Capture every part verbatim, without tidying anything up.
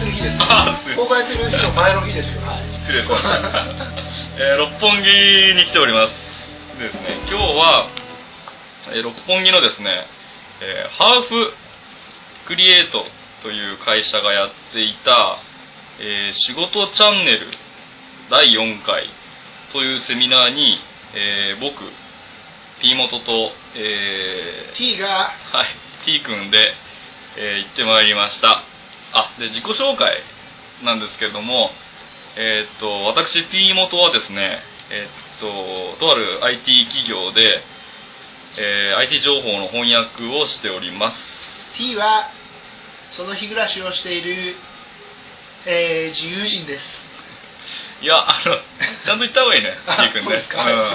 する日です。公開する日の前の日ですよ。はい。 失礼しました。えー、六本木に来ております。でですね、今日は、えー、六本木のですね、えー、ハーフクリエイトという会社がやっていた、えー、仕事チャンネルだいよんかいというセミナーに、えー、僕 P 元と、えー、 T がはい T 君で、えー、行ってまいりました。あで自己紹介なんですけれども、えー、っと私 P 元はですね、えー、っととある アイティー 企業で、えー、アイティー 情報の翻訳をしております。 T はその日暮らしをしている、えー、自由人です。 いや、あの、ちゃんと言った方がいいね、T 君ね。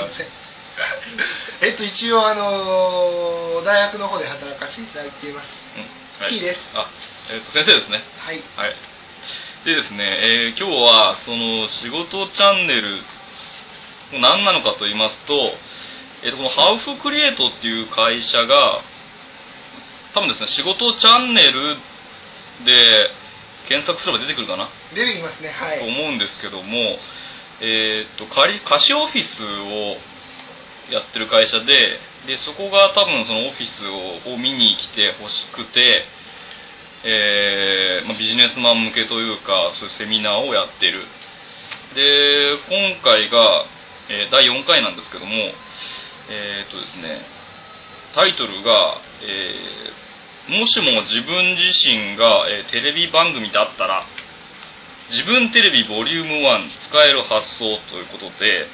えっと、一応、あのー、大学の方で働かせていただいています。うん、はい、T です。 あ、えっと、先生ですね。 はい。 はい。でですね、えー、今日は、その、仕事チャンネル、何なのかと言いますと、えっと、このハウフクリエイトっていう会社が、多分ですね、仕事チャンネルで、検索すれば出てくるかな出てきますね、はい、 と思うんですけども、えー、っと貸しオフィスをやってる会社で、でそこが多分そのオフィスをを見に来てほしくて、えーまあ、ビジネスマン向けというかそういうセミナーをやってる。で今回が、えー、だいよんかいなんですけども、えー、っとですねタイトルが、えーもしも自分自身が、えー、テレビ番組だったら自分テレビボリュームワン使える発想ということで、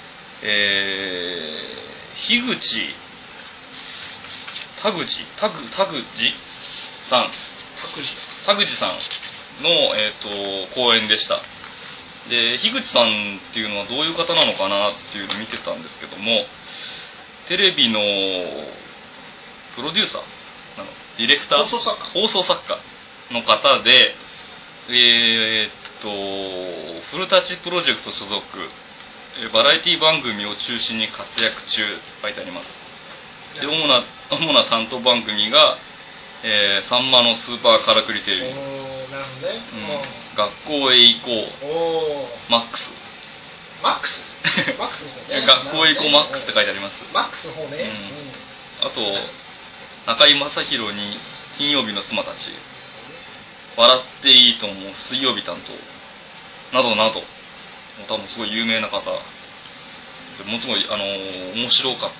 えー、樋口田口田口田口さん田口さんの、えー、と講演でした。で樋口さんっていうのはどういう方なのかなっていうのを見てたんですけども、テレビのプロデューサーなのディレクター放送作家放送作家の方で、えー、っとフルタッチプロジェクト所属、バラエティ番組を中心に活躍中書いてあります。で主な主な担当番組が、えー、さんまのスーパーカラクリテレビ、 おなるほどね、 うん、学校へ行こうおマックスマックスマックスの方ね学校へ行こうマックスって書いてあります。 マックスの方ね、 うん、あと中居正広に金曜日の妻たち、笑っていいと思う水曜日担当などなど、多分すごい有名な方で、ものすごいあの面白かった、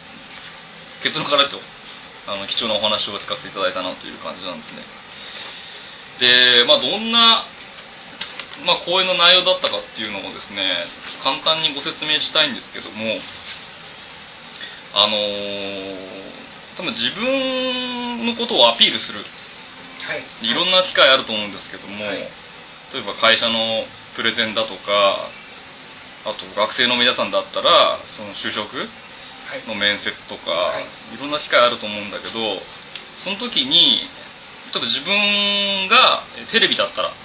結論から言うとあの貴重なお話を聞かせていただいたなという感じなんですね。で、まあ、どんな、まあ、講演の内容だったかっていうのをですね簡単にご説明したいんですけども、あのー多分自分のことをアピールする、はい、いろんな機会あると思うんですけども、はい、例えば会社のプレゼンだとか、あと学生の皆さんだったらその就職の面接とか、はい、いろんな機会あると思うんだけど、その時に例えば自分がテレビだったら、はい、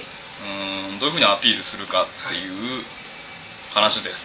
うーんどういうふうにアピールするかっていう話です。はい、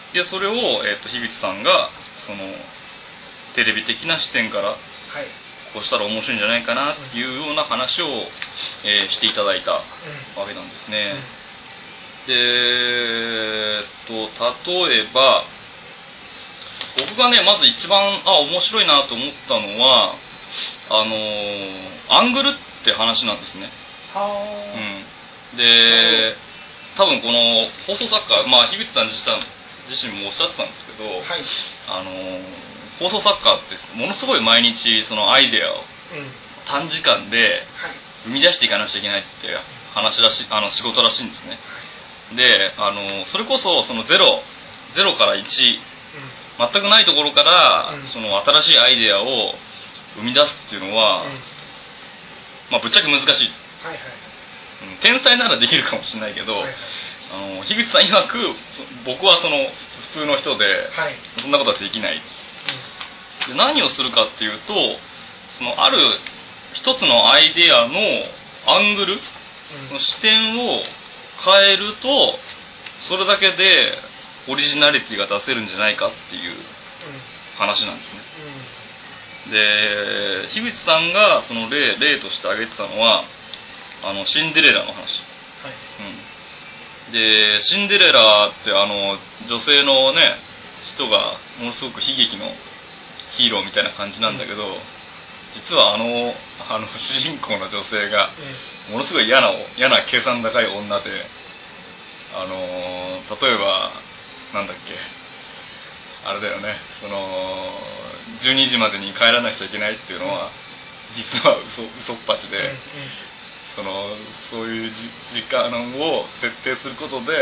でそれを、えーと、樋口さんがそのテレビ的な視点から、はい、こうしたら面白いんじゃないかなっていうような話を、えー、していただいたわけなんですね。うん、で、えー、っと例えば僕がねまず一番あ面白いなと思ったのはあのー、アングルって話なんですね。はうん、で多分この放送作家、まあ、樋口さん自身もおっしゃってたんですけど、はい、あのー放送作家ってものすごい毎日そのアイデアを短時間で生み出していかなくちゃいけないって話らしい、あの仕事らしいんですね。で、あのそれこそそのゼロ、ゼロからいち、全くないところからその新しいアイデアを生み出すっていうのは、まあ、ぶっちゃけ難しい。はいはい、天才ならできるかもしれないけど、はいはい、あの樋口さん曰く僕はその普通の人で、はい、そんなことはできない。で何をするかっていうと、そのある一つのアイデアのアングルの視点を変えると、それだけでオリジナリティが出せるんじゃないかっていう話なんですね。で、樋口さんがその例例として挙げてたのは、 あのシンデレラの話、 はいうん、でシンデレラってあの女性のね人がものすごく悲劇のヒーローみたいな感じなんだけど、うん、実はあのあの主人公の女性がものすごい嫌な嫌な計算高い女で、あの例えばなんだっけあれだよね、そのじゅうにじまでに帰らなくちゃいけないっていうのは実は嘘嘘っぱちで、うんうん、そのそういうじ時間を設定することでその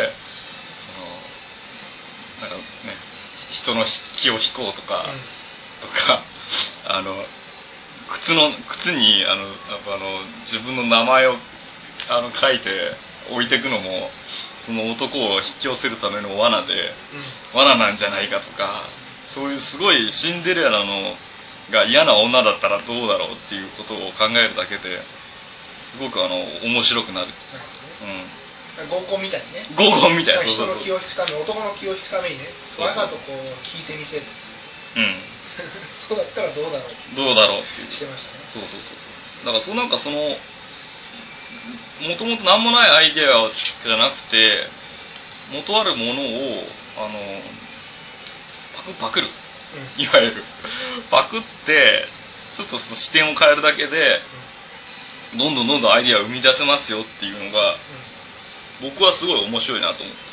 なんかね人の気を引こうとか、うん、とかあの靴の靴にあのやっぱあの自分の名前をあの書いて置いていくのもその男を引き寄せるための罠で、うん、罠なんじゃないかとか、そういうすごいシンデレラのが嫌な女だったらどうだろうっていうことを考えるだけですごくあの面白くなる。 うん、合コンみたいにね。 合コンみたいな。 人の気を引くために、男の気を引くためにね、わざとこう聞いてみせる。 うん。 そうだったらどうだろう。 どうだろうっていう。 してましたね。 そうそうそうそう。だからそうなんかそのもともと何もないアイデアじゃなくて元あるものをあのパクパクる、うん、いわゆるパクってちょっとその視点を変えるだけで、うん、どんどんどんどんアイデアを生み出せますよっていうのが、うん、僕はすごい面白いなと思った、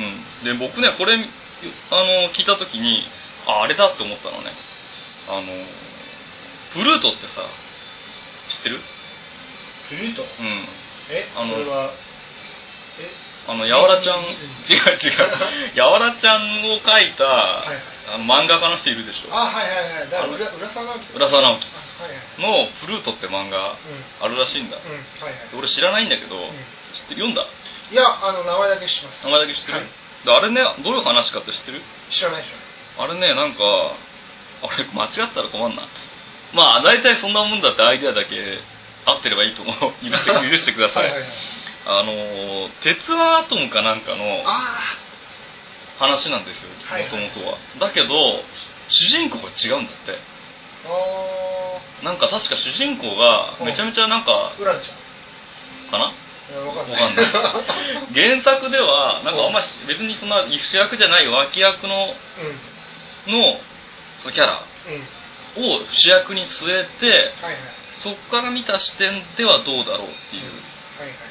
うんうん、で僕ねこれあの聞いた時に あ, あれだって思ったのね、あのフルートってさ知ってる？ フルート？うん。え？ あのそれはえ？ あのやわらちゃん違う違うやわらちゃんを描いた、はいはい、あの漫画家の人いるでしょ。 あはいはいはい。だから浦沢直樹。 浦沢直樹のフルートって漫画あるらしいんだ。うんうんはいはい、俺知らないんだけど、うん、知ってる？読んだ？ いやあの名前だけ知ってます。 名前だけ知ってる？はい、であれねどういう話かって知ってる？ 知らないでしょ。あれねなんかあれ間違ったら困んな。まあ大体そんなもんだってアイデアだけ合ってればいいと思う。許して許してください。はいはいはい、あの鉄腕アトムかなんかの話なんですよもともとは。だけど主人公が違うんだって。あなんか確か主人公がめちゃめちゃなんかウランちゃんかな。 わかんない原作ではなんかあんま別にそんな主役じゃない脇役の、うん、のそのキャラを主役に据えて、はいはい、そっから見た視点ではどうだろうっていう、はいはい、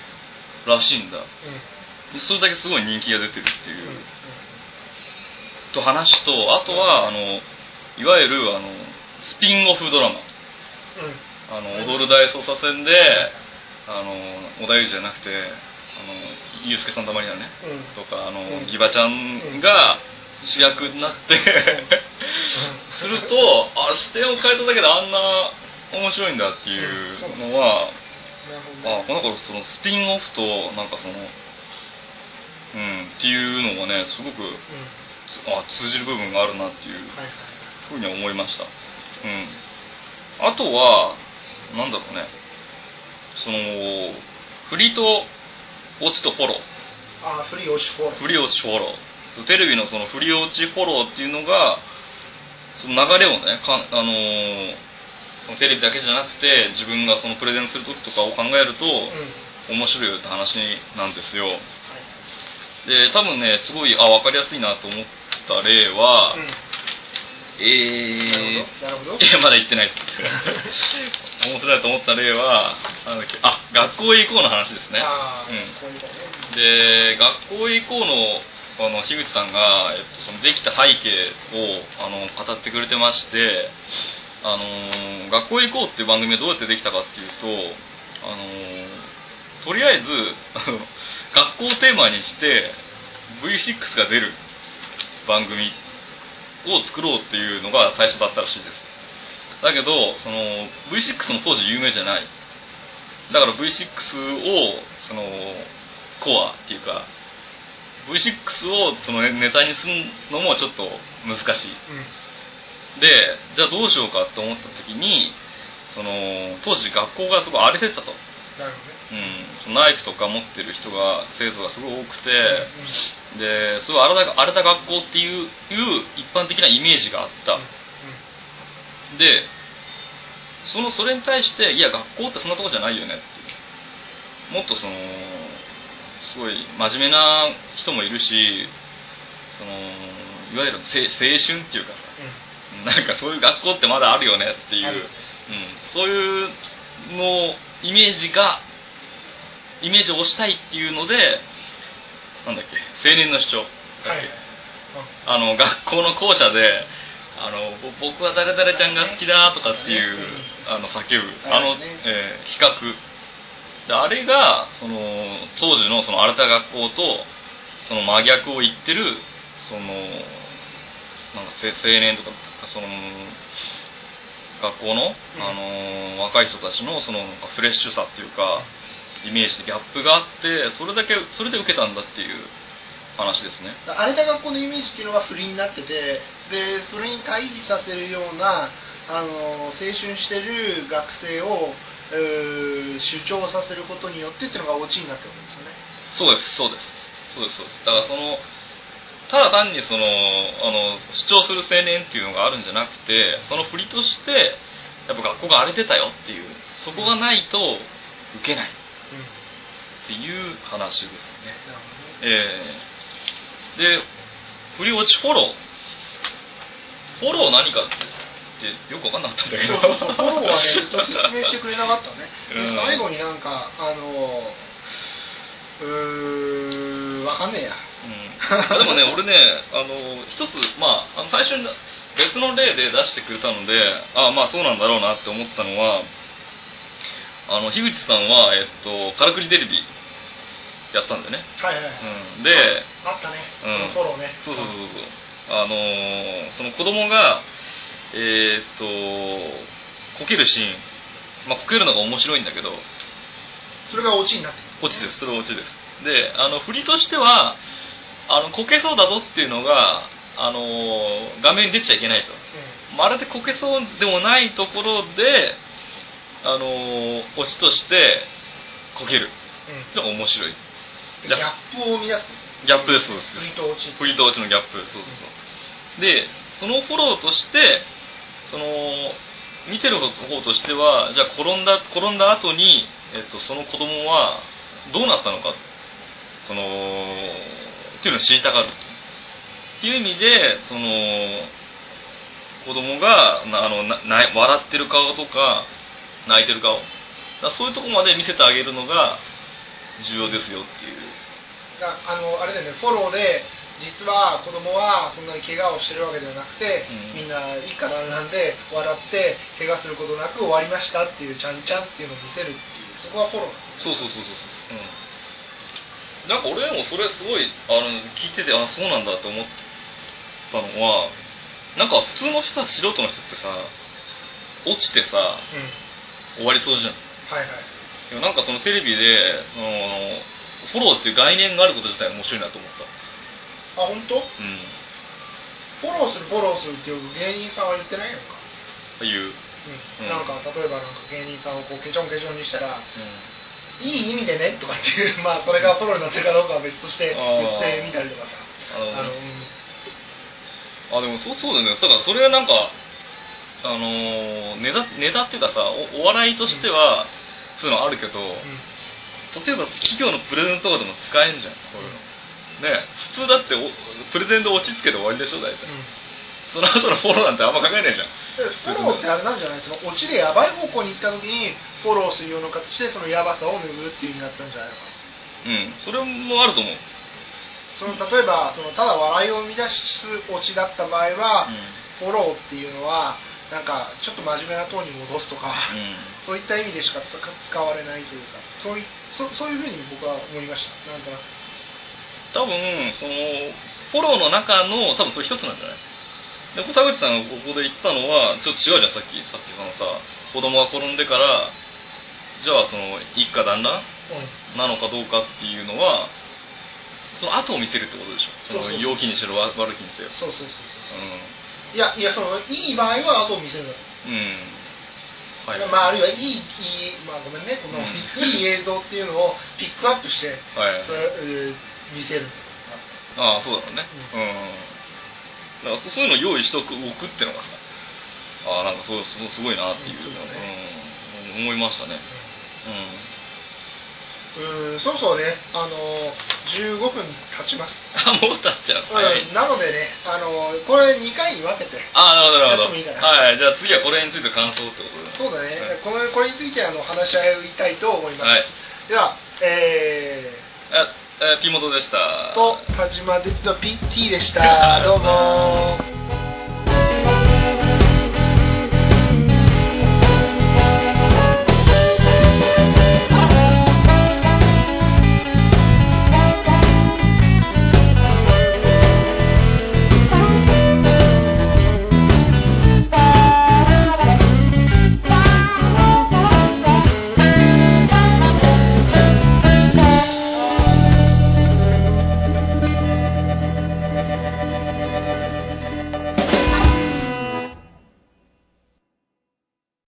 らしいんだ、うん、でそれだけすごい人気が出てるっていう、うんうん、と話とあとはあのいわゆるあのスピンオフドラマ、うん、あの踊る大捜査線であの織田裕二じゃなくてあのユースケ・サンタマリアね、うん、とかあの、うん、ギバちゃんが主役になってするとあ視点を変えただけであんな面白いんだっていうのは、うん、あなんかそのスピンオフとなんかそのうんっていうのがねすごく、うん、あ通じる部分があるなっていうふうには思いました。うん。あとはなんだろうねその振りと落ちとフォロー。 あ振り落ちフォロー。 振り落ちフォロー。テレビのその振り落ちフォローっていうのがその流れをねかあのーそのテレビだけじゃなくて自分がそのプレゼンする時とかを考えると、うん、面白いよって話なんですよ、はい、で多分ねすごいあ分かりやすいなと思った例は、うん、えーなるほどいやまだ言ってないです面白いと思った例はなんだっけあ学校へ行こうの話ですね。 あ、 うん、で学校へ行こうのあの樋口さんが、えっと、そのできた背景をあの語ってくれてましてあのー、学校へ行こうっていう番組はどうやってできたかっていうと、あのー、とりあえず学校をテーマにして ブイシックス が出る番組を作ろうっていうのが最初だったらしいです。だけどその ブイシックス も当時有名じゃない。だから ブイシックス をそのコアっていうか ブイシックス をそのネタにするのもちょっと難しい、うん、でじゃあどうしようかと思った時にその当時学校がすごい荒れてたと。 なるほどね、 うん、ナイフとか持ってる人が生徒がすごい多くて、うん、ですごい荒れた、荒れた学校っていう、いう一般的なイメージがあった、うんうん、でそのそれに対していや学校ってそんなとこじゃないよねっていうもっとそのすごい真面目な人もいるし、そのいわゆる青春っていうかさ、うん、なんかそういう学校ってまだあるよねっていう、うん、そういうのイメージがイメージを押したいっていうので、なんだっけ、青年の主張、はい、あの学校の校舎であの僕は誰々ちゃんが好きだとかっていう、あの叫ぶあの、えー、比較で、あれがその当時のその荒れた学校とその真逆を言ってるそのなんか青年とかその学校の、あの若い人たちのそのなんかフレッシュさっていうかイメージでギャップがあって、それだけそれで受けたんだっていう話ですね。 荒れた学校のイメージっていうのが不利になってて、でそれに対比させるようなあの青春してる学生を主張させることによってっていうのがオチになってるわけですよね。 そうですそうですそうですそうです。だからそのただ単にそのあの主張する青年っていうのがあるんじゃなくて、その振りとしてやっぱ学校が荒れてたよっていう、そこがないと受けないっていう話ですね。うん、えー、で振り落ちフォローフォロー何かってよく分かんなかったんだけど、 フォローはねずっと説明してくれなかったね。で最後になんかあのうーわかんねえや。 うん、でもね俺ねあの一つ、まあ、あの最初に別の例で出してくれたので、ああまあそうなんだろうなって思ったのは、あの樋口さんは、えっと、からくりテレビやったんでね。 はいはい、 うん、であ, あったね、 うん、 そのフォローね。 そうそうそうそう、あのー、その子供がえー、っとこけるシーン、まあこけるのが面白いんだけど、 それがオチになってる。 オチです、それはオチです。で、あの振りとしてはあのこけそうだぞっていうのが、あのー、画面に出ちゃいけないと、うん、まるでこけそうでもないところで、あのー、オチとしてこけるのが面白い、 うん、ギャップを生み出す。 ギャップです、そうです。 振りとオチ。 振りとオチのギャップ、そうそうそう。で、そのフォローとして、その見てる方としては、じゃあ転んだ転んだ後に、えっとその子供はどうなったのか、そのっていうのを知りたがるっていう意味で、その子供があのなな笑ってる顔とか泣いてる顔、だそういうところまで見せてあげるのが重要ですよっていう。 だあのあれだよね、フォローで実は子供はそんなに怪我をしてるわけではなくて、うん、みんな一家団らんで笑って怪我することなく終わりましたっていうちゃんちゃんっていうのを見せるっていう、そこはフォローなんです。 そうそうそうそうそう、うん、なんか俺もそれすごいあの聞いてて、あそうなんだと思ったのは、なんか普通の人は素人の人ってさ落ちてさ、うん、終わりそうじゃん。 はいはい。 でもなんかそのテレビでそのフォローっていう概念があること自体面白いなと思った。 あ、本当？うん。フォローするフォローするっていう芸人さんは言ってないのか。 言う。 うん。なんか例えばなんか芸人さんをこうケチョンケチョンにしたら、うん、いい意味でねとかっていう、まあそれがフォローになってるかどうかは別として言ってみたりとかさ。あの、うん、 あでもそうそうだね。だからそれはなんかあのー、ネタネタっていうかさ、お, お笑いとしては、うん、そういうのあるけど、うん、例えば企業のプレゼントとかでも使えんじゃん。こういうの。ね、普通だってプレゼント落ち着けて終わりでしょ大体、うん、その後のフォローなんてあんま考えないじゃん。 フォローってあれなんじゃない、その落ちでやばい方向に行った時にフォローするような形でそのやばさを拭うっていう意味になったんじゃないのかな。 うん、それもあると思う。 その例えばそのただ笑いを生み出す落ちだった場合は、うん、フォローっていうのはなんかちょっと真面目なトーンに戻すとか、うん、そういった意味でしか使われないというか、そうい そ, そういうふうに僕は思いました。なんとなく多分そのフォローの中の多分それ一つなんじゃない。で小田口さんがここで言ったのはちょっと違うじゃん。さっきさっきそのさ子供が転んでからじゃあその一家団らんなのかどうかっていうのは、その後を見せるってことでしょ。その陽気にしろ悪気にせよ。 そうそうそうそう、うん、いやいやそのいい場合は後を見せるんだと。うん。はい、まああるいはいいいいまあごめんねこの、うん、いい映像っていうのをピックアップして、はい、それ、えー、見せる。 ああそうだろうね。うん。うん、だからそういうのを用意しておく置くっていうのがさ、ああなんかそうすごいなっていう、うん、うん、思いましたね。うん。 うん、そろそろね、あのじゅうごふん経ちます。 あ、もう経っちゃう。 はい、なのでね、あのこれにかいに分けて。 あ、なるほどなるほど。 いいかな。 はい、じゃあ次はこれについて感想ってことで。 そうだね。 はい、 これこれについてあの話し合いたいと思います。はい、では、えー、あ、えー、ピモトでした。 と田島で P T でした。どうも。